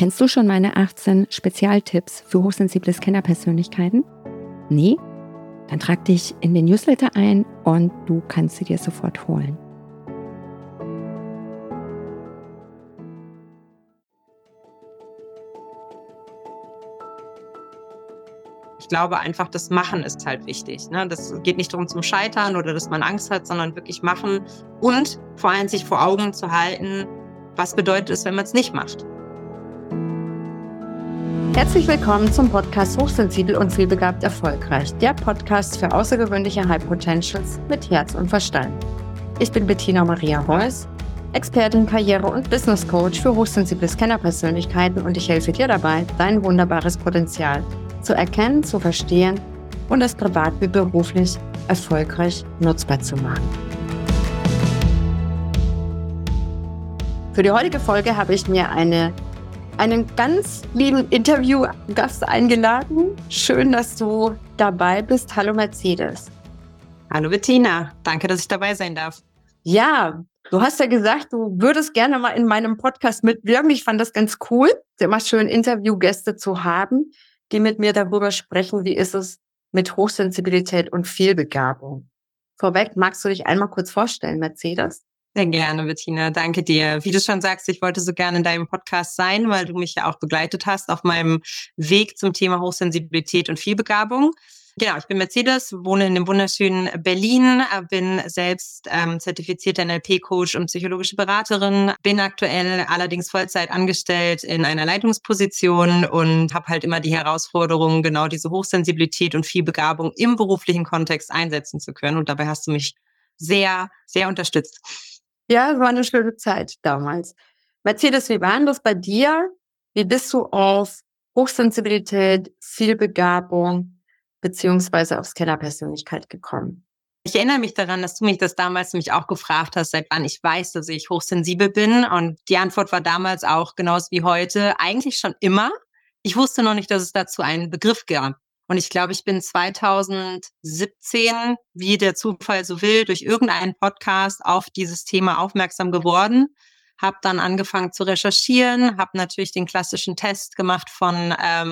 Kennst du schon meine 18 Spezialtipps für hochsensible Scannerpersönlichkeiten? Nee? Dann trag dich in den Newsletter ein und du kannst sie dir sofort holen. Ich glaube einfach, das Machen ist halt wichtig. Ne? Das geht nicht darum zum Scheitern oder dass man Angst hat, sondern wirklich machen und vor allem sich vor Augen zu halten, was bedeutet es, wenn man es nicht macht. Herzlich willkommen zum Podcast Hochsensibel und vielbegabt erfolgreich, der Podcast für außergewöhnliche High Potentials mit Herz und Verstand. Ich bin Bettina Maria Heuss, Expertin, Karriere- und Business Coach für hochsensible Scannerpersönlichkeiten und ich helfe dir dabei, dein wunderbares Potenzial zu erkennen, zu verstehen und es privat wie beruflich erfolgreich nutzbar zu machen. Für die heutige Folge habe ich mir einen ganz lieben Interviewgast eingeladen. Schön, dass du dabei bist. Hallo Mercedes. Hallo Bettina, danke, dass ich dabei sein darf. Ja, du hast ja gesagt, du würdest gerne mal in meinem Podcast mitwirken. Ich fand das ganz cool. Es ist immer schön, Interviewgäste zu haben, die mit mir darüber sprechen, wie ist es mit Hochsensibilität und Vielbegabung. Vorweg, magst du dich einmal kurz vorstellen, Mercedes? Sehr gerne, Bettina. Danke dir. Wie du schon sagst, ich wollte so gerne in deinem Podcast sein, weil du mich ja auch begleitet hast auf meinem Weg zum Thema Hochsensibilität und Vielbegabung. Genau, ich bin Mercedes, wohne in dem wunderschönen Berlin, bin selbst zertifizierter NLP-Coach und psychologische Beraterin, bin aktuell allerdings Vollzeit angestellt in einer Leitungsposition und habe halt immer die Herausforderung, genau diese Hochsensibilität und Vielbegabung im beruflichen Kontext einsetzen zu können. Und dabei hast du mich sehr, sehr unterstützt. Ja, es war eine schöne Zeit damals. Mercedes, wie war denn das bei dir? Wie bist du auf Hochsensibilität, Vielbegabung beziehungsweise auf Scannerpersönlichkeit gekommen? Ich erinnere mich daran, dass du mich das damals nämlich auch gefragt hast, seit wann ich weiß, dass ich hochsensibel bin. Und die Antwort war damals auch genauso wie heute, eigentlich schon immer. Ich wusste noch nicht, dass es dazu einen Begriff gab. Und ich glaube, ich bin 2017, wie der Zufall so will, durch irgendeinen Podcast auf dieses Thema aufmerksam geworden, habe dann angefangen zu recherchieren, habe natürlich den klassischen Test gemacht von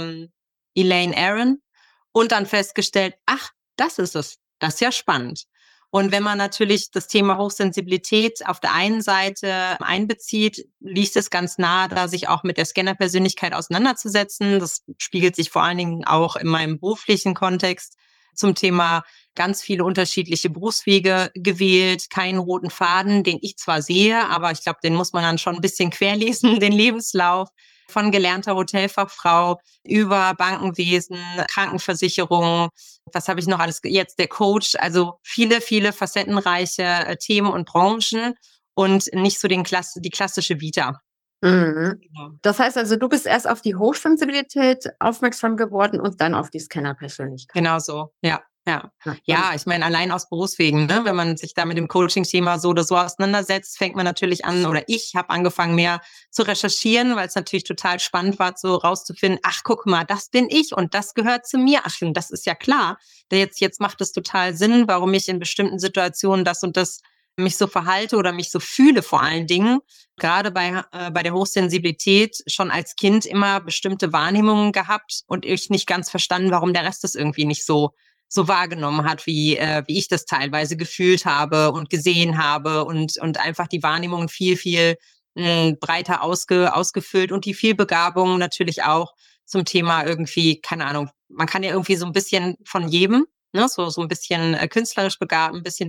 Elaine Aron und dann festgestellt, ach, das ist es. Das ist ja spannend. Und wenn man natürlich das Thema Hochsensibilität auf der einen Seite einbezieht, liegt es ganz nahe, da sich auch mit der Scannerpersönlichkeit auseinanderzusetzen. Das spiegelt sich vor allen Dingen auch in meinem beruflichen Kontext zum Thema ganz viele unterschiedliche Berufswege gewählt, keinen roten Faden, den ich zwar sehe, aber ich glaube, den muss man dann schon ein bisschen querlesen, den Lebenslauf. Von gelernter Hotelfachfrau über Bankenwesen, Krankenversicherung, was habe ich noch alles, jetzt der Coach, also viele, viele facettenreiche Themen und Branchen und nicht so die klassische Vita. Mhm. Genau. Das heißt also, du bist erst auf die Hochsensibilität aufmerksam geworden und dann auf die Scannerpersönlichkeit. Genau so, ja. Ja, Ja. ich meine, allein aus Berufswegen, ne, wenn man sich da mit dem Coaching-Thema so oder so auseinandersetzt, fängt man natürlich an, oder ich habe angefangen mehr zu recherchieren, weil es natürlich total spannend war, so rauszufinden, ach, guck mal, das bin ich und das gehört zu mir. Ach, das ist ja klar. Jetzt macht es total Sinn, warum ich in bestimmten Situationen das und das mich so verhalte oder mich so fühle vor allen Dingen. Gerade bei der Hochsensibilität schon als Kind immer bestimmte Wahrnehmungen gehabt und ich nicht ganz verstanden, warum der Rest das irgendwie nicht so wahrgenommen hat, wie ich das teilweise gefühlt habe und gesehen habe und einfach die Wahrnehmung viel, viel breiter ausgefüllt und die Vielbegabung natürlich auch zum Thema irgendwie, keine Ahnung, man kann ja irgendwie so ein bisschen von jedem, ne, so ein bisschen künstlerisch begabt, ein bisschen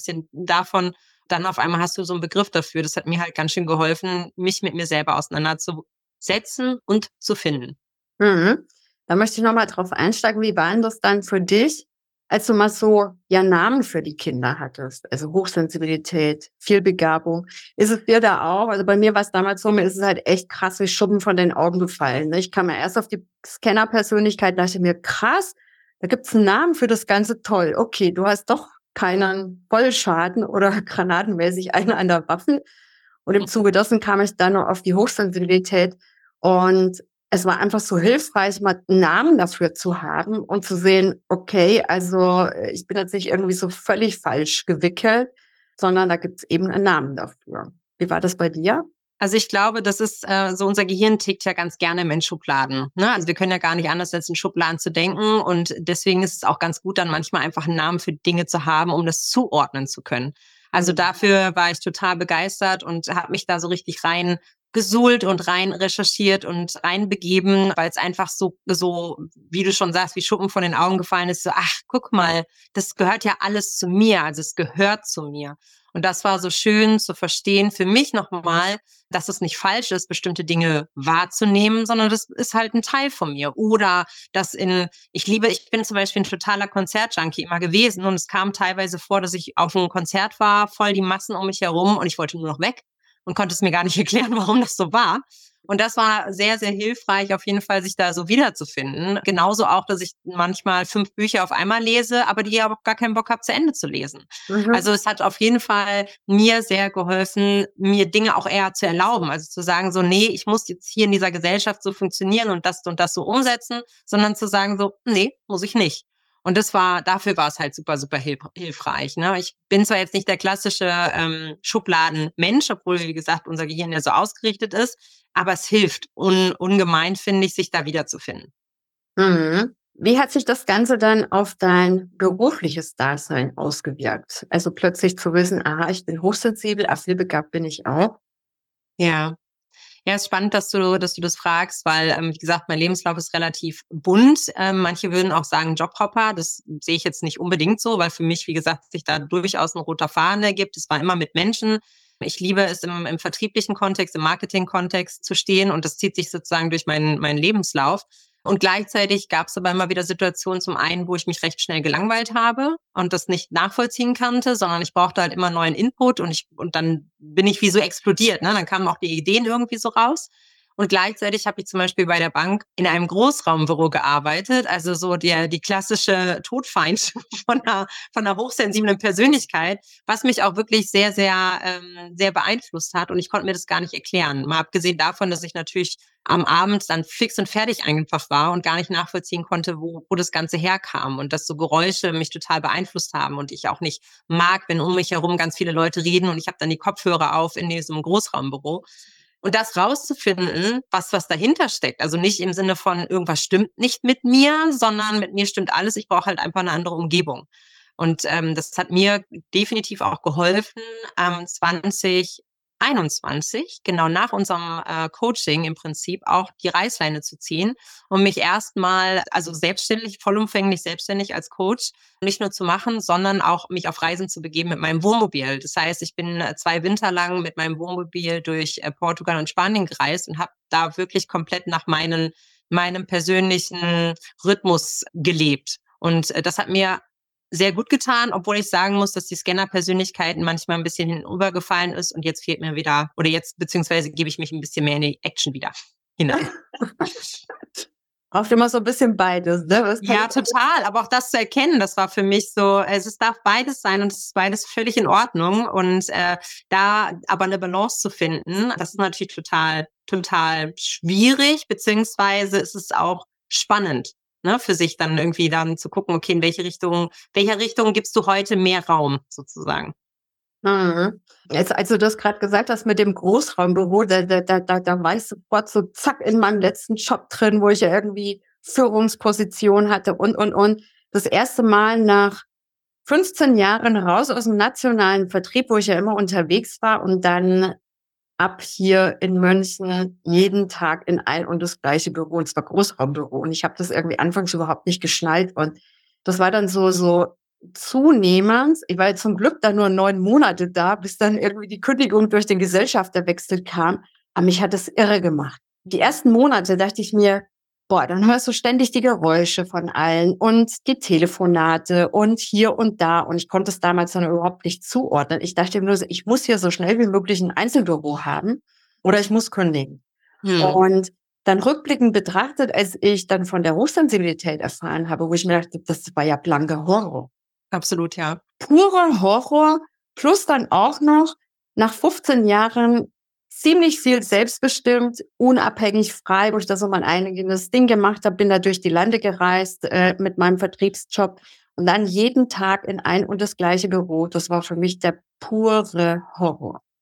davon, dann auf einmal hast du so einen Begriff dafür. Das hat mir halt ganz schön geholfen, mich mit mir selber auseinanderzusetzen und zu finden. Mhm. Da möchte ich nochmal drauf einsteigen. Wie war denn das dann für dich, als du mal so Namen für die Kinder hattest? Also Hochsensibilität, Vielbegabung. Ist es dir da auch? Also bei mir war es damals so, mir ist es halt echt krass wie Schuppen von den Augen gefallen. Ne? Ich kam ja erst auf die Scanner-Persönlichkeit, dachte mir, krass, da gibt's einen Namen für das Ganze, toll. Okay, du hast doch keinen Vollschaden oder granatenmäßig einen an der Waffe. Und im Zuge dessen kam ich dann noch auf die Hochsensibilität und es war einfach so hilfreich, mal einen Namen dafür zu haben und zu sehen, okay, also ich bin jetzt nicht irgendwie so völlig falsch gewickelt, sondern da gibt's eben einen Namen dafür. Wie war das bei dir? Also ich glaube, das ist so, unser Gehirn tickt ja ganz gerne in Schubladen. Ne? Also wir können ja gar nicht anders, als in Schubladen zu denken. Und deswegen ist es auch ganz gut, dann manchmal einfach einen Namen für Dinge zu haben, um das zuordnen zu können. Also dafür war ich total begeistert und habe mich da so richtig rein gesuhlt und rein recherchiert und reinbegeben, weil es einfach so, wie du schon sagst, wie Schuppen von den Augen gefallen ist. So, ach, guck mal, das gehört ja alles zu mir. Also es gehört zu mir. Und das war so schön zu verstehen für mich nochmal, dass es nicht falsch ist, bestimmte Dinge wahrzunehmen, sondern das ist halt ein Teil von mir. Oder ich bin zum Beispiel ein totaler Konzertjunkie immer gewesen und es kam teilweise vor, dass ich auf einem Konzert war, voll die Massen um mich herum und ich wollte nur noch weg und konnte es mir gar nicht erklären, warum das so war. Und das war sehr, sehr hilfreich, auf jeden Fall, sich da so wiederzufinden. Genauso auch, dass ich manchmal 5 Bücher auf einmal lese, aber die aber gar keinen Bock habe, zu Ende zu lesen. Also es hat auf jeden Fall mir sehr geholfen, mir Dinge auch eher zu erlauben. Also zu sagen so, nee, ich muss jetzt hier in dieser Gesellschaft so funktionieren und das so umsetzen, sondern zu sagen so, nee, muss ich nicht. Und dafür war es halt super, super hilfreich. Ne? Ich bin zwar jetzt nicht der klassische Schubladenmensch, obwohl, wie gesagt, unser Gehirn ja so ausgerichtet ist, aber es hilft ungemein, finde ich, sich da wiederzufinden. Mhm. Wie hat sich das Ganze dann auf dein berufliches Dasein ausgewirkt? Also plötzlich zu wissen, aha, ich bin hochsensibel, affilbegabt bin ich auch. Ja. Ja, ist spannend, dass du das fragst, weil, wie gesagt, mein Lebenslauf ist relativ bunt. Manche würden auch sagen Jobhopper. Das sehe ich jetzt nicht unbedingt so, weil für mich, wie gesagt, sich da durchaus ein roter Faden ergibt. Es war immer mit Menschen. Ich liebe es, im vertrieblichen Kontext, im Marketing-Kontext zu stehen und das zieht sich sozusagen durch meinen Lebenslauf. Und gleichzeitig gab es aber immer wieder Situationen, zum einen, wo ich mich recht schnell gelangweilt habe und das nicht nachvollziehen konnte, sondern ich brauchte halt immer neuen Input und dann bin ich wie so explodiert. Ne? Dann kamen auch die Ideen irgendwie so raus. Und gleichzeitig habe ich zum Beispiel bei der Bank in einem Großraumbüro gearbeitet, also so die klassische Todfeind von einer hochsensiblen Persönlichkeit, was mich auch wirklich sehr, sehr, sehr beeinflusst hat. Und ich konnte mir das gar nicht erklären. Mal abgesehen davon, dass ich natürlich am Abend dann fix und fertig einfach war und gar nicht nachvollziehen konnte, wo das Ganze herkam und dass so Geräusche mich total beeinflusst haben und ich auch nicht mag, wenn um mich herum ganz viele Leute reden und ich habe dann die Kopfhörer auf in diesem Großraumbüro. Und das rauszufinden, was dahinter steckt. Also nicht im Sinne von, irgendwas stimmt nicht mit mir, sondern mit mir stimmt alles. Ich brauche halt einfach eine andere Umgebung. Und das hat mir definitiv auch geholfen, 2021, genau nach unserem Coaching im Prinzip, auch die Reißleine zu ziehen und mich erstmal, also vollumfänglich selbstständig als Coach, nicht nur zu machen, sondern auch mich auf Reisen zu begeben mit meinem Wohnmobil. Das heißt, ich bin 2 Winter lang mit meinem Wohnmobil durch Portugal und Spanien gereist und habe da wirklich komplett nach meinem persönlichen Rhythmus gelebt. Und das hat mir sehr gut getan, obwohl ich sagen muss, dass die Scanner-Persönlichkeiten manchmal ein bisschen hinübergefallen ist und jetzt fehlt mir wieder, oder jetzt beziehungsweise gebe ich mich ein bisschen mehr in die Action wieder hinein. Braucht immer so ein bisschen beides, ne? Ja, total. Aber auch das zu erkennen, das war für mich so, es darf beides sein und es ist beides völlig in Ordnung. Und da aber eine Balance zu finden, das ist natürlich total, total schwierig, beziehungsweise ist es auch spannend, ne, für sich dann irgendwie dann zu gucken, okay, in welcher Richtung gibst du heute mehr Raum sozusagen? Mhm. Jetzt, als du das gerade gesagt hast mit dem Großraumbüro, da war ich sofort so zack in meinem letzten Job drin, wo ich ja irgendwie Führungsposition hatte und. Das erste Mal nach 15 Jahren raus aus dem nationalen Vertrieb, wo ich ja immer unterwegs war und dann ab hier in München jeden Tag in ein und das gleiche Büro, und zwar Großraumbüro. Und ich habe das irgendwie anfangs überhaupt nicht geschnallt. Und das war dann so zunehmend. Ich war jetzt zum Glück dann nur 9 Monate da, bis dann irgendwie die Kündigung durch den Gesellschafterwechsel kam. Aber mich hat das irre gemacht. Die ersten Monate dachte ich mir, boah, dann hörst du ständig die Geräusche von allen und die Telefonate und hier und da. Und ich konnte es damals dann überhaupt nicht zuordnen. Ich dachte mir nur so, ich muss hier so schnell wie möglich ein Einzelbüro haben oder ich muss kündigen. Und dann rückblickend betrachtet, als ich dann von der Hochsensibilität erfahren habe, wo ich mir dachte, das war ja blanker Horror. Absolut, ja. Purer Horror, plus dann auch noch nach 15 Jahren ziemlich viel selbstbestimmt, unabhängig, frei, wo ich da so mein eigenes Ding gemacht habe, bin da durch die Lande gereist mit meinem Vertriebsjob und dann jeden Tag in ein und das gleiche Büro. Das war für mich der pure Horror. Ja.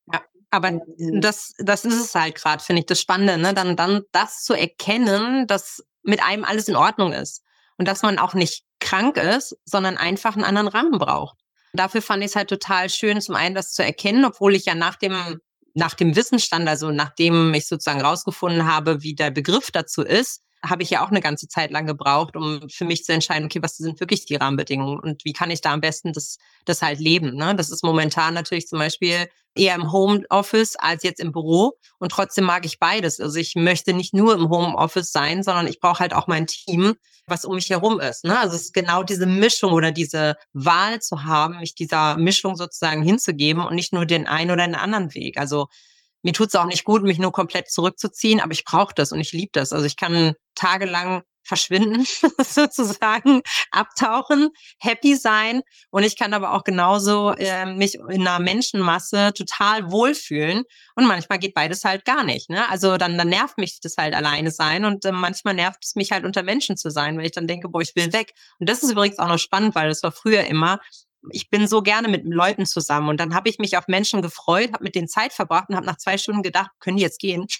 Aber das ist es halt gerade, finde ich, das Spannende, ne? Dann das zu erkennen, dass mit einem alles in Ordnung ist und dass man auch nicht krank ist, sondern einfach einen anderen Rahmen braucht. Dafür fand ich es halt total schön, zum einen das zu erkennen, obwohl ich ja nach dem Wissensstand, also nachdem ich sozusagen rausgefunden habe, wie der Begriff dazu ist, habe ich ja auch eine ganze Zeit lang gebraucht, um für mich zu entscheiden, okay, was sind wirklich die Rahmenbedingungen und wie kann ich da am besten das halt leben, ne? Das ist momentan natürlich zum Beispiel eher im Homeoffice als jetzt im Büro und trotzdem mag ich beides. Also ich möchte nicht nur im Homeoffice sein, sondern ich brauche halt auch mein Team, was um mich herum ist, ne? Also es ist genau diese Mischung oder diese Wahl zu haben, mich dieser Mischung sozusagen hinzugeben und nicht nur den einen oder den anderen Weg. Also mir tut's auch nicht gut, mich nur komplett zurückzuziehen, aber ich brauche das und ich liebe das. Also ich kann tagelang verschwinden, sozusagen, abtauchen, happy sein und ich kann aber auch genauso mich in einer Menschenmasse total wohlfühlen und manchmal geht beides halt gar nicht. Ne? Also dann nervt mich das halt alleine sein und manchmal nervt es mich halt unter Menschen zu sein, weil ich dann denke, boah, ich will weg. Und das ist übrigens auch noch spannend, weil das war früher immer, ich bin so gerne mit Leuten zusammen und dann habe ich mich auf Menschen gefreut, habe mit denen Zeit verbracht und habe nach 2 Stunden gedacht, können die jetzt gehen?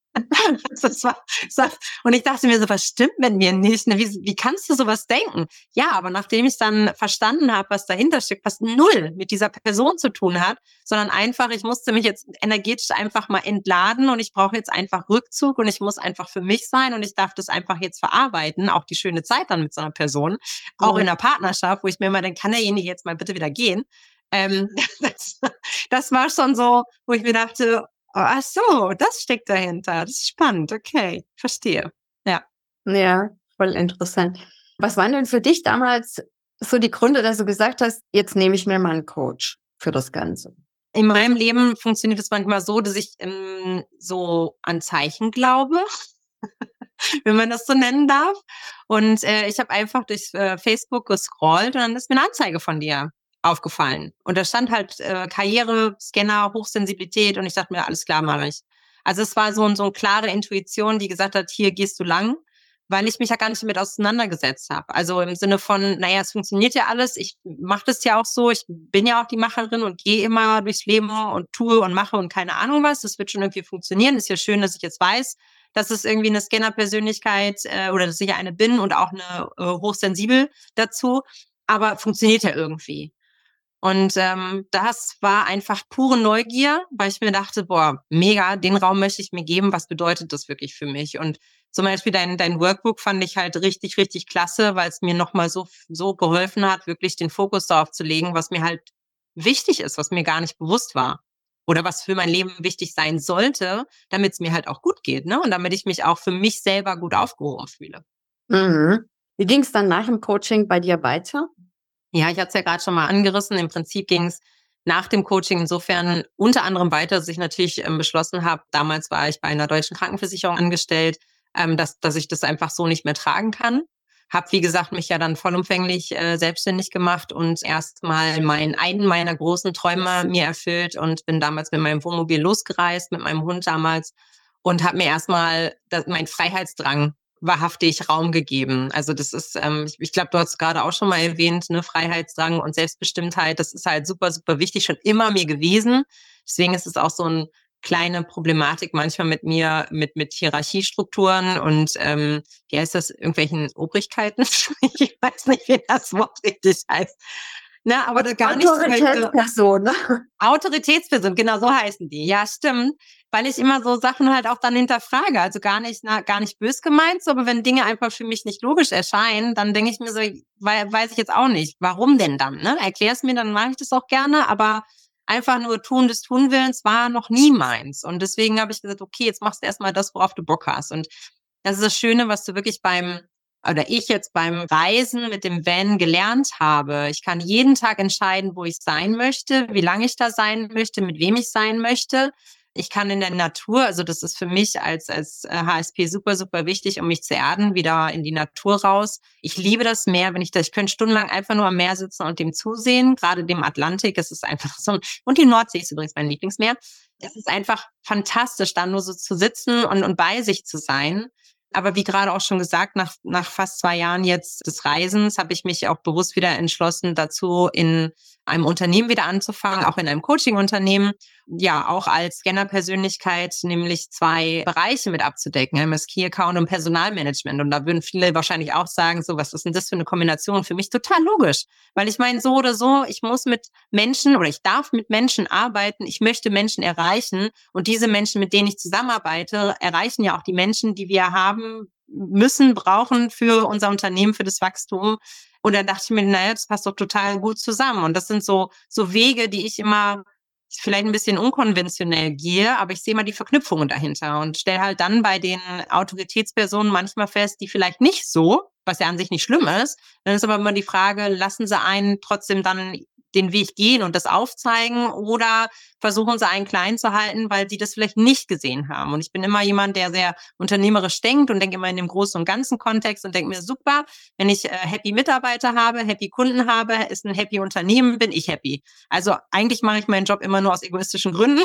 Und ich dachte mir so, was stimmt mit mir nicht? Ne? Wie kannst du sowas denken? Ja, aber nachdem ich dann verstanden habe, was dahinter steckt, was null mit dieser Person zu tun hat, sondern einfach, ich musste mich jetzt energetisch einfach mal entladen und ich brauche jetzt einfach Rückzug und ich muss einfach für mich sein und ich darf das einfach jetzt verarbeiten, auch die schöne Zeit dann mit so einer Person, auch in einer Partnerschaft, wo ich mir immer denke, kann derjenige jetzt mal bitte wieder gehen? Ähm, das, das war schon so, wo ich mir dachte, oh, ach so, das steckt dahinter. Das ist spannend. Okay, verstehe. Ja. Ja, voll interessant. Was waren denn für dich damals so die Gründe, dass du gesagt hast, jetzt nehme ich mir mal einen Coach für das Ganze? In meinem Leben funktioniert es manchmal so, dass ich so an Zeichen glaube, wenn man das so nennen darf. Und ich habe einfach durch Facebook gescrollt und dann ist mir eine Anzeige von dir aufgefallen. Und da stand halt Karriere, Scanner, Hochsensibilität und ich dachte mir, alles klar, mache ich. Also es war so eine klare Intuition, die gesagt hat, hier gehst du lang, weil ich mich ja gar nicht damit auseinandergesetzt habe. Also im Sinne von, naja, es funktioniert ja alles, ich mache das ja auch so, ich bin ja auch die Macherin und gehe immer durchs Leben und tue und mache und keine Ahnung was, das wird schon irgendwie funktionieren. Ist ja schön, dass ich jetzt weiß, dass es irgendwie eine Scanner-Persönlichkeit oder dass ich eine bin und auch eine hochsensibel dazu, aber funktioniert ja irgendwie. Und das war einfach pure Neugier, weil ich mir dachte, boah, mega, den Raum möchte ich mir geben, was bedeutet das wirklich für mich? Und zum Beispiel dein Workbook fand ich halt richtig, richtig klasse, weil es mir nochmal so geholfen hat, wirklich den Fokus darauf zu legen, was mir halt wichtig ist, was mir gar nicht bewusst war. Oder was für mein Leben wichtig sein sollte, damit es mir halt auch gut geht, ne? Und damit ich mich auch für mich selber gut aufgehoben fühle. Mhm. Wie ging es dann nach dem Coaching bei dir weiter? Ja, ich hatte es ja gerade schon mal angerissen. Im Prinzip ging es nach dem Coaching insofern unter anderem weiter, dass ich natürlich beschlossen habe, damals war ich bei einer deutschen Krankenversicherung angestellt, dass ich das einfach so nicht mehr tragen kann. Habe, wie gesagt, mich ja dann vollumfänglich selbstständig gemacht und erstmal einen meiner großen Träume mir erfüllt und bin damals mit meinem Wohnmobil losgereist, mit meinem Hund damals und habe mir erstmal meinen Freiheitsdrang wahrhaftig Raum gegeben. Also das ist, ich glaube, du hast gerade auch schon mal erwähnt, ne, Freiheitsdrang und Selbstbestimmtheit, das ist halt super, super wichtig, schon immer mir gewesen. Deswegen ist es auch so eine kleine Problematik manchmal mit mir, mit Hierarchiestrukturen und wie heißt das, irgendwelchen Obrigkeiten? Ich weiß nicht, wie das Wort richtig heißt. Na, aber das gar nicht. Autoritätsperson, ne? Autoritätsperson, genau so heißen die. Ja, stimmt. Weil ich immer so Sachen halt auch dann hinterfrage. Also gar nicht bös gemeint, so, aber wenn Dinge einfach für mich nicht logisch erscheinen, dann denke ich mir so, weiß ich jetzt auch nicht, warum denn dann? Ne? Erklär's mir, dann mache ich das auch gerne, aber einfach nur tun des Tunwillens war noch nie meins. Und deswegen habe ich gesagt, okay, jetzt machst du erstmal das, worauf du Bock hast. Und das ist das Schöne, was du wirklich oder ich jetzt beim Reisen mit dem Van gelernt habe. Ich kann jeden Tag entscheiden, wo ich sein möchte, wie lange ich da sein möchte, mit wem ich sein möchte. Ich kann in der Natur, also das ist für mich als HSP super, super wichtig, um mich zu erden, wieder in die Natur raus. Ich liebe das Meer, ich könnte stundenlang einfach nur am Meer sitzen und dem zusehen, gerade dem Atlantik. Es ist einfach so, und die Nordsee ist übrigens mein Lieblingsmeer. Es ist einfach fantastisch, da nur so zu sitzen und bei sich zu sein. Aber wie gerade auch schon gesagt, nach fast 2 Jahren jetzt des Reisens habe ich mich auch bewusst wieder entschlossen, dazu in einem Unternehmen wieder anzufangen, auch in einem Coaching-Unternehmen, ja, auch als Scanner-Persönlichkeit, nämlich 2 Bereiche mit abzudecken, einmal das Key Account und Personalmanagement. Und da würden viele wahrscheinlich auch sagen, so, was ist denn das für eine Kombination? Für mich total logisch. Weil ich meine, so oder so, ich muss mit Menschen oder ich darf mit Menschen arbeiten, ich möchte Menschen erreichen. Und diese Menschen, mit denen ich zusammenarbeite, erreichen ja auch die Menschen, die wir haben müssen, brauchen für unser Unternehmen, für das Wachstum. Und dann dachte ich mir, naja, das passt doch total gut zusammen. Und das sind so Wege, die ich immer vielleicht ein bisschen unkonventionell gehe, aber ich sehe mal die Verknüpfungen dahinter und stelle halt dann bei den Autoritätspersonen manchmal fest, die vielleicht nicht so, was ja an sich nicht schlimm ist. Dann ist aber immer die Frage, lassen sie einen trotzdem dann den Weg gehen und das aufzeigen oder versuchen sie einen klein zu halten, weil sie das vielleicht nicht gesehen haben. Und ich bin immer jemand, der sehr unternehmerisch denkt und denke immer in dem großen und ganzen Kontext und denke mir, super, wenn ich happy Mitarbeiter habe, happy Kunden habe, ist ein happy Unternehmen, bin ich happy. Also eigentlich mache ich meinen Job immer nur aus egoistischen Gründen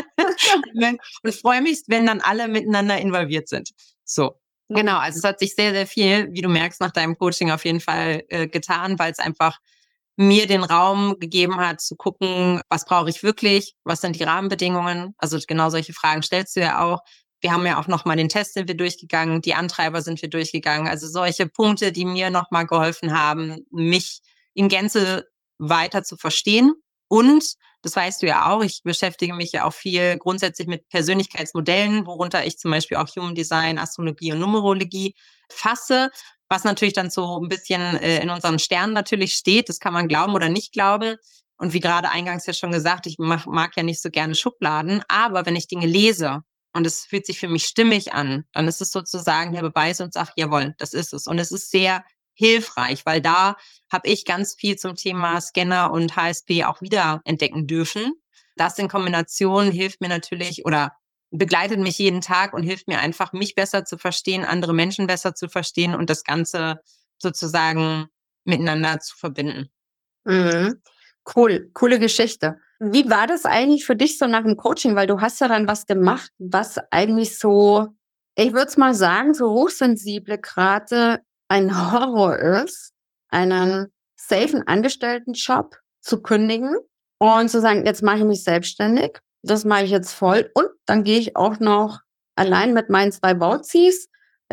und freue mich, wenn dann alle miteinander involviert sind. So. Genau, also es hat sich sehr, sehr viel, wie du merkst, nach deinem Coaching auf jeden Fall getan, weil es einfach mir den Raum gegeben hat, zu gucken, was brauche ich wirklich, was sind die Rahmenbedingungen. Also genau solche Fragen stellst du ja auch. Wir haben ja auch nochmal den Test sind wir durchgegangen, die Antreiber sind wir durchgegangen. Also solche Punkte, die mir nochmal geholfen haben, mich in Gänze weiter zu verstehen. Und, das weißt du ja auch, ich beschäftige mich ja auch viel grundsätzlich mit Persönlichkeitsmodellen, worunter ich zum Beispiel auch Human Design, Astrologie und Numerologie fasse, was natürlich dann so ein bisschen in unseren Sternen natürlich steht. Das kann man glauben oder nicht glauben. Und wie gerade eingangs ja schon gesagt, ich mag ja nicht so gerne Schubladen. Aber wenn ich Dinge lese und es fühlt sich für mich stimmig an, dann ist es sozusagen der Beweis und sagt, jawohl, das ist es. Und es ist sehr hilfreich, weil da habe ich ganz viel zum Thema Scanner und HSP auch wieder entdecken dürfen. Das in Kombination hilft mir natürlich oder begleitet mich jeden Tag und hilft mir einfach, mich besser zu verstehen, andere Menschen besser zu verstehen und das Ganze sozusagen miteinander zu verbinden. Mhm. Cool, coole Geschichte. Wie war das eigentlich für dich so nach dem Coaching? Weil du hast ja dann was gemacht, was eigentlich so, ich würde es mal sagen, so hochsensible gerade ein Horror ist, einen safen Angestelltenjob zu kündigen und zu sagen, jetzt mache ich mich selbstständig. Das mache ich jetzt voll. Und dann gehe ich auch noch allein mit meinen 2 Bauzis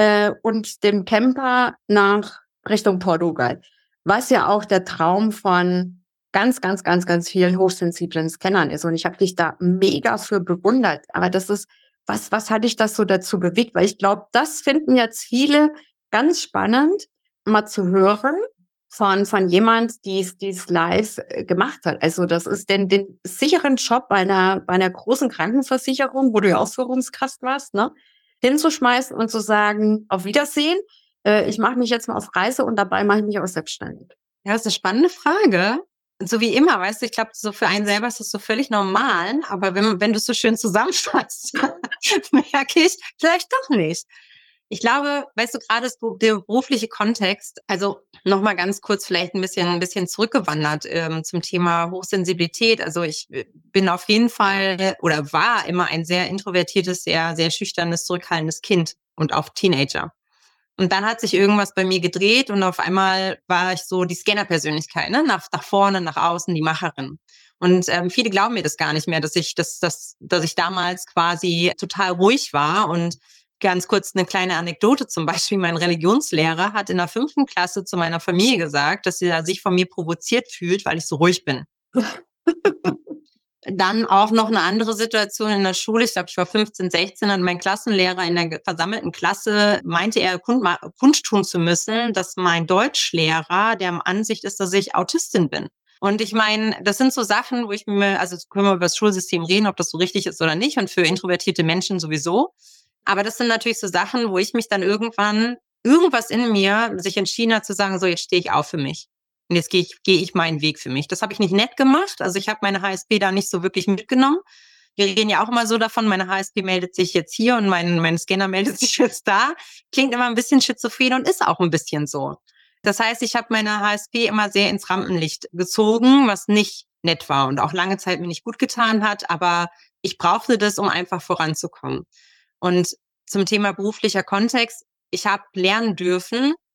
und dem Camper nach Richtung Portugal. Was ja auch der Traum von ganz, ganz, ganz, ganz vielen hochsensiblen Scannern ist. Und ich habe dich da mega für bewundert. Aber das ist, was hat dich das so dazu bewegt? Weil ich glaube, das finden jetzt viele ganz spannend, mal zu hören von jemand, die es live gemacht hat. Also das ist den sicheren Job bei einer großen Krankenversicherung, wo du ja auch Führungskraft warst, ne, hinzuschmeißen und zu sagen, auf Wiedersehen, ich mache mich jetzt mal auf Reise und dabei mache ich mich auch selbstständig. Ja, das ist eine spannende Frage. Und so wie immer, weißt du, ich glaube, so für einen selber ist das so völlig normal, aber wenn du es so schön zusammenfasst, merke ich, vielleicht doch nicht. Ich glaube, weißt du, gerade der berufliche Kontext, also nochmal ganz kurz vielleicht ein bisschen zurückgewandert zum Thema Hochsensibilität. Also ich bin auf jeden Fall oder war immer ein sehr introvertiertes, sehr, sehr schüchternes, zurückhaltendes Kind und auch Teenager. Und dann hat sich irgendwas bei mir gedreht und auf einmal war ich so die Scanner-Persönlichkeit, ne? Nach vorne, nach außen, die Macherin. Und viele glauben mir das gar nicht mehr, dass ich damals quasi total ruhig war. Und ganz kurz eine kleine Anekdote zum Beispiel. Mein Religionslehrer hat in der 5. Klasse zu meiner Familie gesagt, dass sie sich von mir provoziert fühlt, weil ich so ruhig bin. Dann auch noch eine andere Situation in der Schule. Ich glaube, ich war 15, 16, und mein Klassenlehrer in der versammelten Klasse meinte er, kundtun zu müssen, dass mein Deutschlehrer der Ansicht ist, dass ich Autistin bin. Und ich meine, das sind so Sachen, wo ich mir, also können wir über das Schulsystem reden, ob das so richtig ist oder nicht, und für introvertierte Menschen sowieso. Aber das sind natürlich so Sachen, wo ich mich dann irgendwas in mir sich entschieden hat zu sagen, so, jetzt stehe ich auf für mich. Und jetzt gehe ich meinen Weg für mich. Das habe ich nicht nett gemacht. Also ich habe meine HSP da nicht so wirklich mitgenommen. Wir reden ja auch immer so davon, meine HSP meldet sich jetzt hier und mein Scanner meldet sich jetzt da. Klingt immer ein bisschen schizophren und ist auch ein bisschen so. Das heißt, ich habe meine HSP immer sehr ins Rampenlicht gezogen, was nicht nett war und auch lange Zeit mir nicht gut getan hat. Aber ich brauchte das, um einfach voranzukommen. Und zum Thema beruflicher Kontext, ich habe lernen dürfen,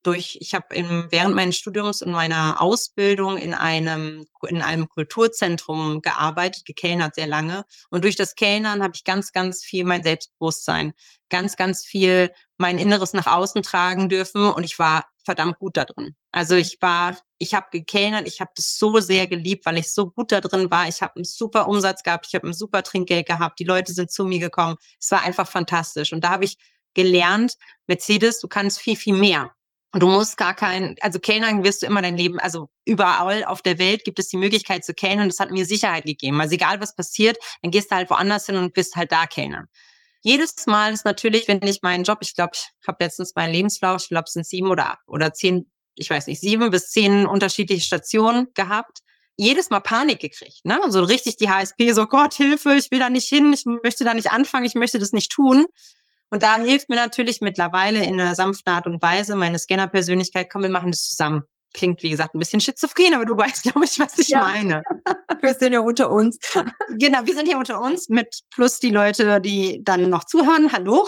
ich habe während meines Studiums und meiner Ausbildung in einem Kulturzentrum gearbeitet, gekellnert sehr lange. Und durch das Kellnern habe ich ganz, ganz viel mein Selbstbewusstsein, ganz, ganz viel mein Inneres nach außen tragen dürfen. Und ich war verdammt gut da drin. Also ich habe gekellnert, ich habe das so sehr geliebt, weil ich so gut da drin war. Ich habe einen super Umsatz gehabt, ich habe ein super Trinkgeld gehabt, die Leute sind zu mir gekommen. Es war einfach fantastisch. Und da habe ich gelernt, Mercedes, du kannst viel, viel mehr. Und du musst also Kellnern wirst du immer dein Leben, also überall auf der Welt gibt es die Möglichkeit zu kellnern. Das hat mir Sicherheit gegeben. Also egal was passiert, dann gehst du halt woanders hin und bist halt da Kellnern. Jedes Mal ist natürlich, wenn ich meinen Job, ich glaube, ich habe letztens meinen Lebenslauf, ich glaube, es sind 7 oder 10, ich weiß nicht, 7 bis 10 unterschiedliche Stationen gehabt. Jedes Mal Panik gekriegt, ne? Also richtig die HSP, so Gott, Hilfe, ich will da nicht hin, ich möchte da nicht anfangen, ich möchte das nicht tun. Und da hilft mir natürlich mittlerweile in einer sanften Art und Weise meine Scanner-Persönlichkeit, komm, wir machen das zusammen. Klingt, wie gesagt, ein bisschen schizophren, aber du weißt, glaube ich, was ich meine. Wir sind ja unter uns. Genau, wir sind hier unter uns mit plus die Leute, die dann noch zuhören. Hallo.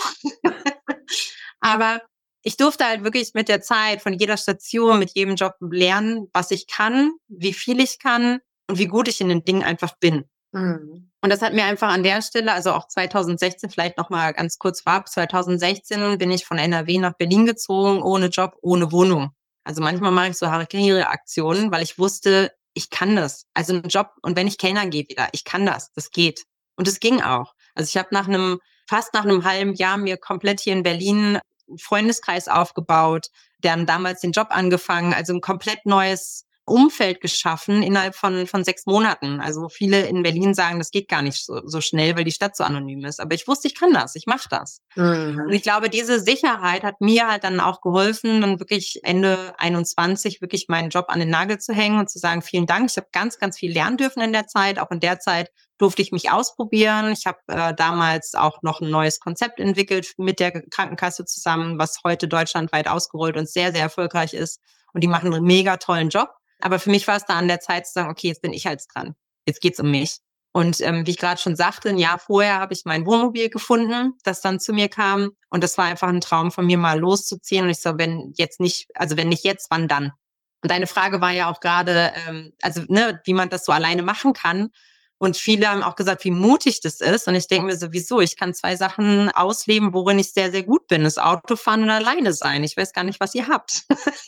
Aber ich durfte halt wirklich mit der Zeit von jeder Station, mit jedem Job lernen, was ich kann, wie viel ich kann und wie gut ich in den Dingen einfach bin. Mhm. Und das hat mir einfach an der Stelle, also auch 2016, vielleicht noch mal ganz kurz vorab, 2016 bin ich von NRW nach Berlin gezogen, ohne Job, ohne Wohnung. Also manchmal mache ich so Harakiri-Aktionen, weil ich wusste, ich kann das. Also einen Job, und wenn ich Kellnern gehe wieder, ich kann das geht. Und es ging auch. Also ich habe fast nach einem halben Jahr mir komplett hier in Berlin einen Freundeskreis aufgebaut, der damals den Job angefangen, also ein komplett neues Umfeld geschaffen innerhalb von 6 Monaten. Also viele in Berlin sagen, das geht gar nicht so schnell, weil die Stadt so anonym ist. Aber ich wusste, ich kann das, ich mache das. Und ich glaube, diese Sicherheit hat mir halt dann auch geholfen, dann wirklich Ende 21 wirklich meinen Job an den Nagel zu hängen und zu sagen, vielen Dank. Ich habe ganz, ganz viel lernen dürfen in der Zeit. Auch in der Zeit durfte ich mich ausprobieren. Ich habe damals auch noch ein neues Konzept entwickelt mit der Krankenkasse zusammen, was heute deutschlandweit ausgerollt und sehr, sehr erfolgreich ist. Und die machen einen mega tollen Job. Aber für mich war es da an der Zeit zu sagen, okay, jetzt bin ich halt dran. Jetzt geht's um mich. Und wie ich gerade schon sagte, ein Jahr vorher habe ich mein Wohnmobil gefunden, das dann zu mir kam. Und das war einfach ein Traum von mir, mal loszuziehen. Und ich so, wenn nicht jetzt, wann dann? Und deine Frage war ja auch gerade, wie man das so alleine machen kann. Und viele haben auch gesagt, wie mutig das ist. Und ich denke mir sowieso, ich kann 2 Sachen ausleben, worin ich sehr, sehr gut bin. Das Autofahren und alleine sein. Ich weiß gar nicht, was ihr habt.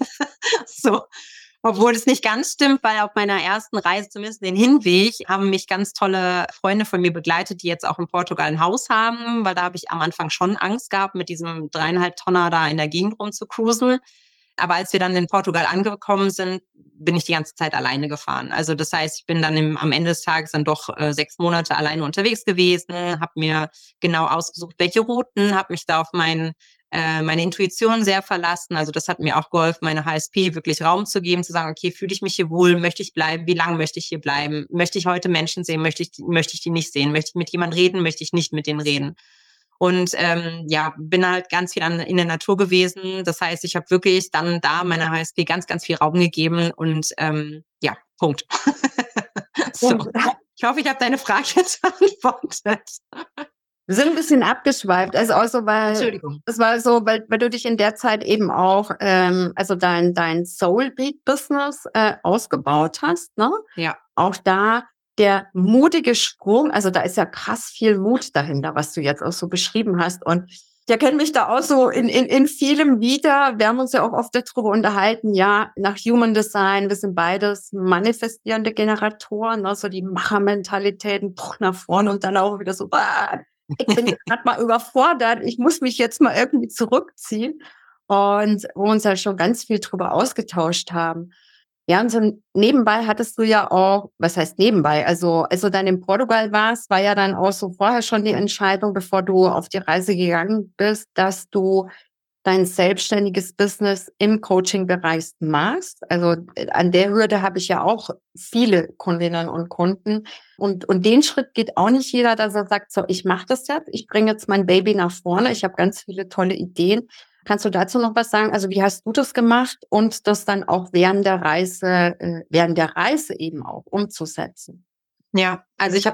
So. Obwohl es nicht ganz stimmt, weil auf meiner ersten Reise, zumindest den Hinweg, haben mich ganz tolle Freunde von mir begleitet, die jetzt auch in Portugal ein Haus haben, weil da habe ich am Anfang schon Angst gehabt, mit diesem 3,5 Tonner da in der Gegend rumzucruisen. Aber als wir dann in Portugal angekommen sind, bin ich die ganze Zeit alleine gefahren. Also das heißt, ich bin dann am Ende des Tages dann doch 6 Monate alleine unterwegs gewesen, habe mir genau ausgesucht, welche Routen, habe mich da auf meine Intuition sehr verlassen. Also das hat mir auch geholfen, meine HSP wirklich Raum zu geben, zu sagen, okay, fühle ich mich hier wohl, möchte ich bleiben, wie lange möchte ich hier bleiben, möchte ich heute Menschen sehen, möchte ich die nicht sehen, möchte ich mit jemandem reden, möchte ich nicht mit denen reden. Und bin halt ganz viel in der Natur gewesen. Das heißt, ich habe wirklich dann da meiner HSP ganz, ganz viel Raum gegeben und Punkt. So. Ich hoffe, ich habe deine Frage jetzt beantwortet. Wir sind ein bisschen abgeschweift, also auch so, Entschuldigung. es war so, weil du dich in der Zeit eben auch, also dein Soulbeat-Business ausgebaut hast, ne? Ja. Auch da der mutige Sprung, also da ist ja krass viel Mut dahinter, was du jetzt auch so beschrieben hast. Und ich erkenne mich da auch so in vielem wieder. Wir haben uns ja auch oft darüber unterhalten, ja, nach Human Design, wir sind beides manifestierende Generatoren, ne? So die Machermentalitäten, nach vorne und dann auch wieder so, ich bin gerade mal überfordert, ich muss mich jetzt mal irgendwie zurückziehen. Und wo wir uns ja schon ganz viel drüber ausgetauscht haben. Ja, und so nebenbei hattest du ja auch, was heißt nebenbei? Also, als du dann in Portugal warst, war ja dann auch so vorher schon die Entscheidung, bevor du auf die Reise gegangen bist, dass du dein selbstständiges Business im Coaching-Bereich machst. Also an der Hürde habe ich ja auch viele Kundinnen und Kunden. Und den Schritt geht auch nicht jeder, dass er sagt, so, ich mache das jetzt, ich bringe jetzt mein Baby nach vorne, ich habe ganz viele tolle Ideen. Kannst du dazu noch was sagen? Also wie hast du das gemacht und das dann auch während der Reise eben auch umzusetzen? Ja, also ich habe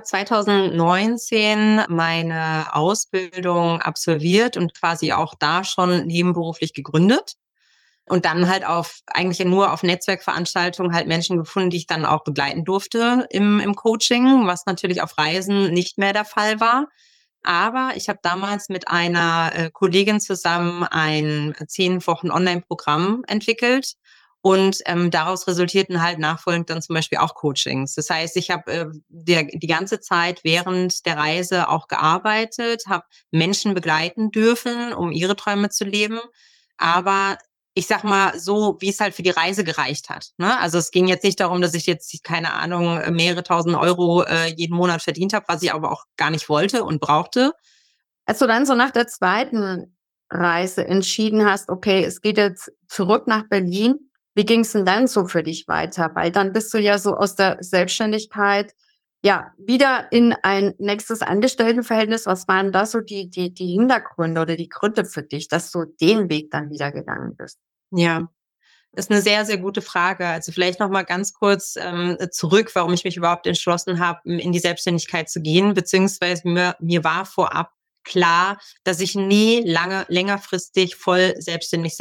2019 meine Ausbildung absolviert und quasi auch da schon nebenberuflich gegründet. Und dann halt eigentlich nur auf Netzwerkveranstaltungen halt Menschen gefunden, die ich dann auch begleiten durfte im Coaching, was natürlich auf Reisen nicht mehr der Fall war. Aber ich habe damals mit einer Kollegin zusammen ein 10 Wochen Online-Programm entwickelt. Und daraus resultierten halt nachfolgend dann zum Beispiel auch Coachings. Das heißt, ich habe die ganze Zeit während der Reise auch gearbeitet, habe Menschen begleiten dürfen, um ihre Träume zu leben. Aber ich sag mal so, wie es halt für die Reise gereicht hat. Ne? Also es ging jetzt nicht darum, dass ich jetzt, keine Ahnung, mehrere tausend Euro jeden Monat verdient habe, was ich aber auch gar nicht wollte und brauchte. Als du dann so nach der zweiten Reise entschieden hast, okay, es geht jetzt zurück nach Berlin, wie ging es denn dann so für dich weiter? Weil dann bist du ja so aus der Selbstständigkeit ja wieder in ein nächstes Angestelltenverhältnis. Was waren da so die Hintergründe oder die Gründe für dich, dass du den Weg dann wieder gegangen bist? Ja, das ist eine sehr, sehr gute Frage. Also vielleicht noch mal ganz kurz zurück, warum ich mich überhaupt entschlossen habe, in die Selbstständigkeit zu gehen, beziehungsweise mir war vorab klar, dass ich nie längerfristig voll selbstständig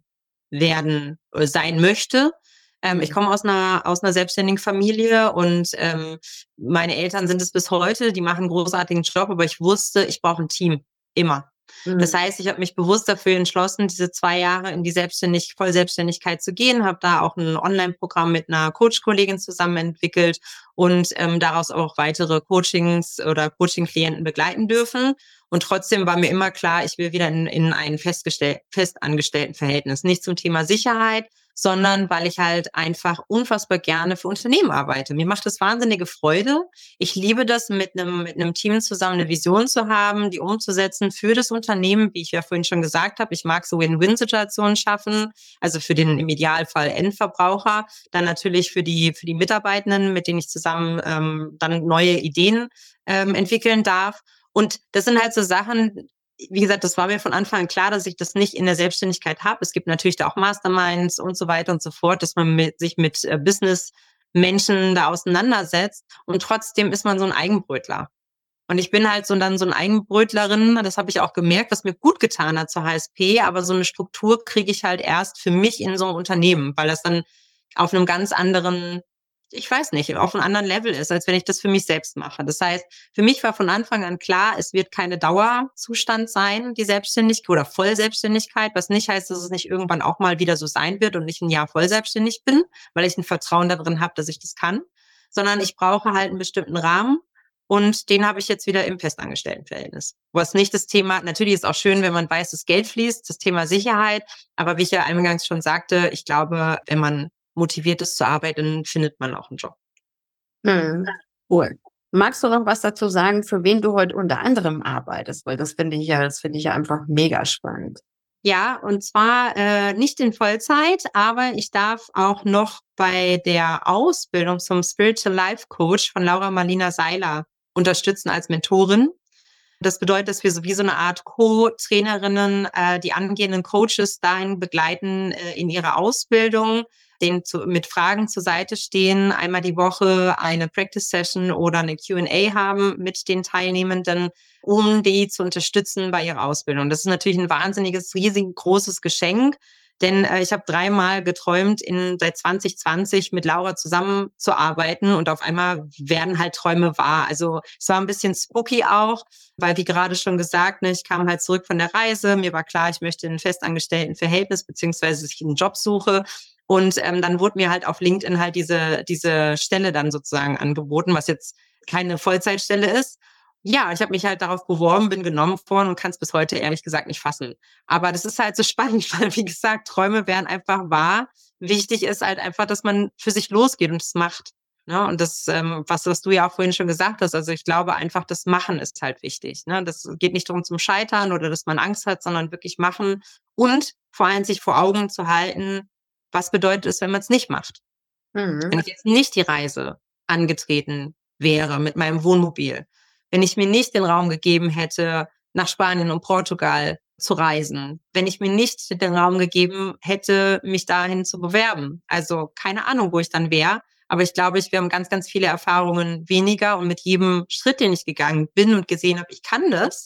sein möchte. Ich Mhm. komme aus einer selbstständigen Familie und meine Eltern sind es bis heute. Die machen einen großartigen Job, aber ich wusste, ich brauche ein Team, immer. Das Mhm. heißt, ich habe mich bewusst dafür entschlossen, diese 2 Jahre in die Vollselbstständigkeit zu gehen, habe da auch ein Online-Programm mit einer Coach-Kollegin zusammen entwickelt und daraus auch weitere Coachings oder Coaching-Klienten begleiten dürfen. Und trotzdem war mir immer klar, ich will wieder in ein festangestellten Verhältnis. Nicht zum Thema Sicherheit, sondern weil ich halt einfach unfassbar gerne für Unternehmen arbeite. Mir macht das wahnsinnige Freude. Ich liebe das, mit einem Team zusammen eine Vision zu haben, die umzusetzen für das Unternehmen, wie ich ja vorhin schon gesagt habe. Ich mag so Win-Win-Situationen schaffen, also für den im Idealfall Endverbraucher, dann natürlich für die Mitarbeitenden, mit denen ich zusammen dann neue Ideen entwickeln darf. Und das sind halt so Sachen, wie gesagt, das war mir von Anfang an klar, dass ich das nicht in der Selbstständigkeit habe. Es gibt natürlich da auch Masterminds und so weiter und so fort, dass man sich mit Business-Menschen da auseinandersetzt. Und trotzdem ist man so ein Eigenbrötler. Und ich bin halt dann so ein Eigenbrötlerin, das habe ich auch gemerkt, was mir gut getan hat zur HSP, aber so eine Struktur kriege ich halt erst für mich in so einem Unternehmen, weil das dann auf einem ganz anderen, ich weiß nicht, auf einem anderen Level ist, als wenn ich das für mich selbst mache. Das heißt, für mich war von Anfang an klar, es wird keine Dauerzustand sein, die Selbstständigkeit oder Vollselbstständigkeit, was nicht heißt, dass es nicht irgendwann auch mal wieder so sein wird und ich ein Jahr voll selbstständig bin, weil ich ein Vertrauen darin habe, dass ich das kann, sondern ich brauche halt einen bestimmten Rahmen und den habe ich jetzt wieder im Festangestelltenverhältnis. Was nicht das Thema, natürlich ist es auch schön, wenn man weiß, dass Geld fließt, das Thema Sicherheit, aber wie ich ja eingangs schon sagte, ich glaube, wenn man motiviert ist zu arbeiten, findet man auch einen Job. Mhm. Cool. Magst du noch was dazu sagen, für wen du heute unter anderem arbeitest? Weil das finde ich ja einfach mega spannend. Ja, und zwar nicht in Vollzeit, aber ich darf auch noch bei der Ausbildung zum Spiritual Life Coach von Laura Marlina Seiler unterstützen als Mentorin. Das bedeutet, dass wir so wie so eine Art Co-Trainerinnen die angehenden Coaches dahin begleiten in ihrer Ausbildung, denen mit Fragen zur Seite stehen, einmal die Woche eine Practice-Session oder eine Q&A haben mit den Teilnehmenden, um die zu unterstützen bei ihrer Ausbildung. Das ist natürlich ein wahnsinniges, riesengroßes Geschenk, denn ich habe 3-mal geträumt, seit 2020 mit Laura zusammenzuarbeiten und auf einmal werden halt Träume wahr. Also es war ein bisschen spooky auch, weil wie gerade schon gesagt, ne, ich kam halt zurück von der Reise. Mir war klar, ich möchte ein festangestellten Verhältnis beziehungsweise ich einen Job suche. Und dann wurde mir halt auf LinkedIn halt diese Stelle dann sozusagen angeboten, was jetzt keine Vollzeitstelle ist. Ja, ich habe mich halt darauf beworben, bin genommen worden und kann es bis heute ehrlich gesagt nicht fassen. Aber das ist halt so spannend, weil wie gesagt, Träume werden einfach wahr. Wichtig ist halt einfach, dass man für sich losgeht und es macht. Ne? Und das, was du ja auch vorhin schon gesagt hast, also ich glaube einfach, das Machen ist halt wichtig. Ne? Das geht nicht darum zum Scheitern oder dass man Angst hat, sondern wirklich machen und vor allem sich vor Augen zu halten, was bedeutet es, wenn man es nicht macht. Wenn Mhm. ich jetzt nicht die Reise angetreten wäre mit meinem Wohnmobil, wenn ich mir nicht den Raum gegeben hätte, nach Spanien und Portugal zu reisen, wenn ich mir nicht den Raum gegeben hätte, mich dahin zu bewerben. Also keine Ahnung, wo ich dann wäre. Aber ich glaube, wir haben ganz, ganz viele Erfahrungen weniger und mit jedem Schritt, den ich gegangen bin und gesehen habe, ich kann das,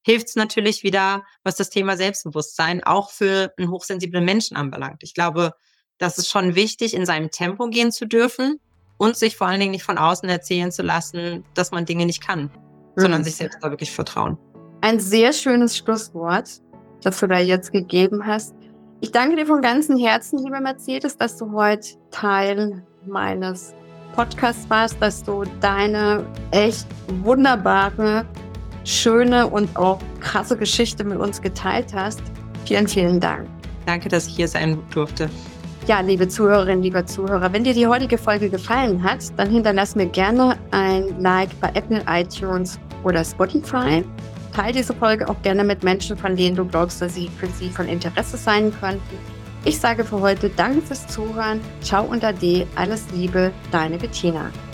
hilft es natürlich wieder, was das Thema Selbstbewusstsein auch für einen hochsensiblen Menschen anbelangt. Ich glaube, das ist schon wichtig, in seinem Tempo gehen zu dürfen und sich vor allen Dingen nicht von außen erzählen zu lassen, dass man Dinge nicht kann, sondern sich selbst da wirklich vertrauen. Ein sehr schönes Schlusswort, das du da jetzt gegeben hast. Ich danke dir von ganzem Herzen, liebe Mercedes, dass du heute Teil meines Podcasts warst, dass du deine echt wunderbare, schöne und auch krasse Geschichte mit uns geteilt hast. Vielen, vielen Dank. Danke, dass ich hier sein durfte. Ja, liebe Zuhörerinnen, lieber Zuhörer, wenn dir die heutige Folge gefallen hat, dann hinterlass mir gerne ein Like bei Apple, iTunes oder Spotify. Teile diese Folge auch gerne mit Menschen, von denen du glaubst, dass sie für sie von Interesse sein könnten. Ich sage für heute Danke fürs Zuhören. Ciao und Ade. Alles Liebe, deine Bettina.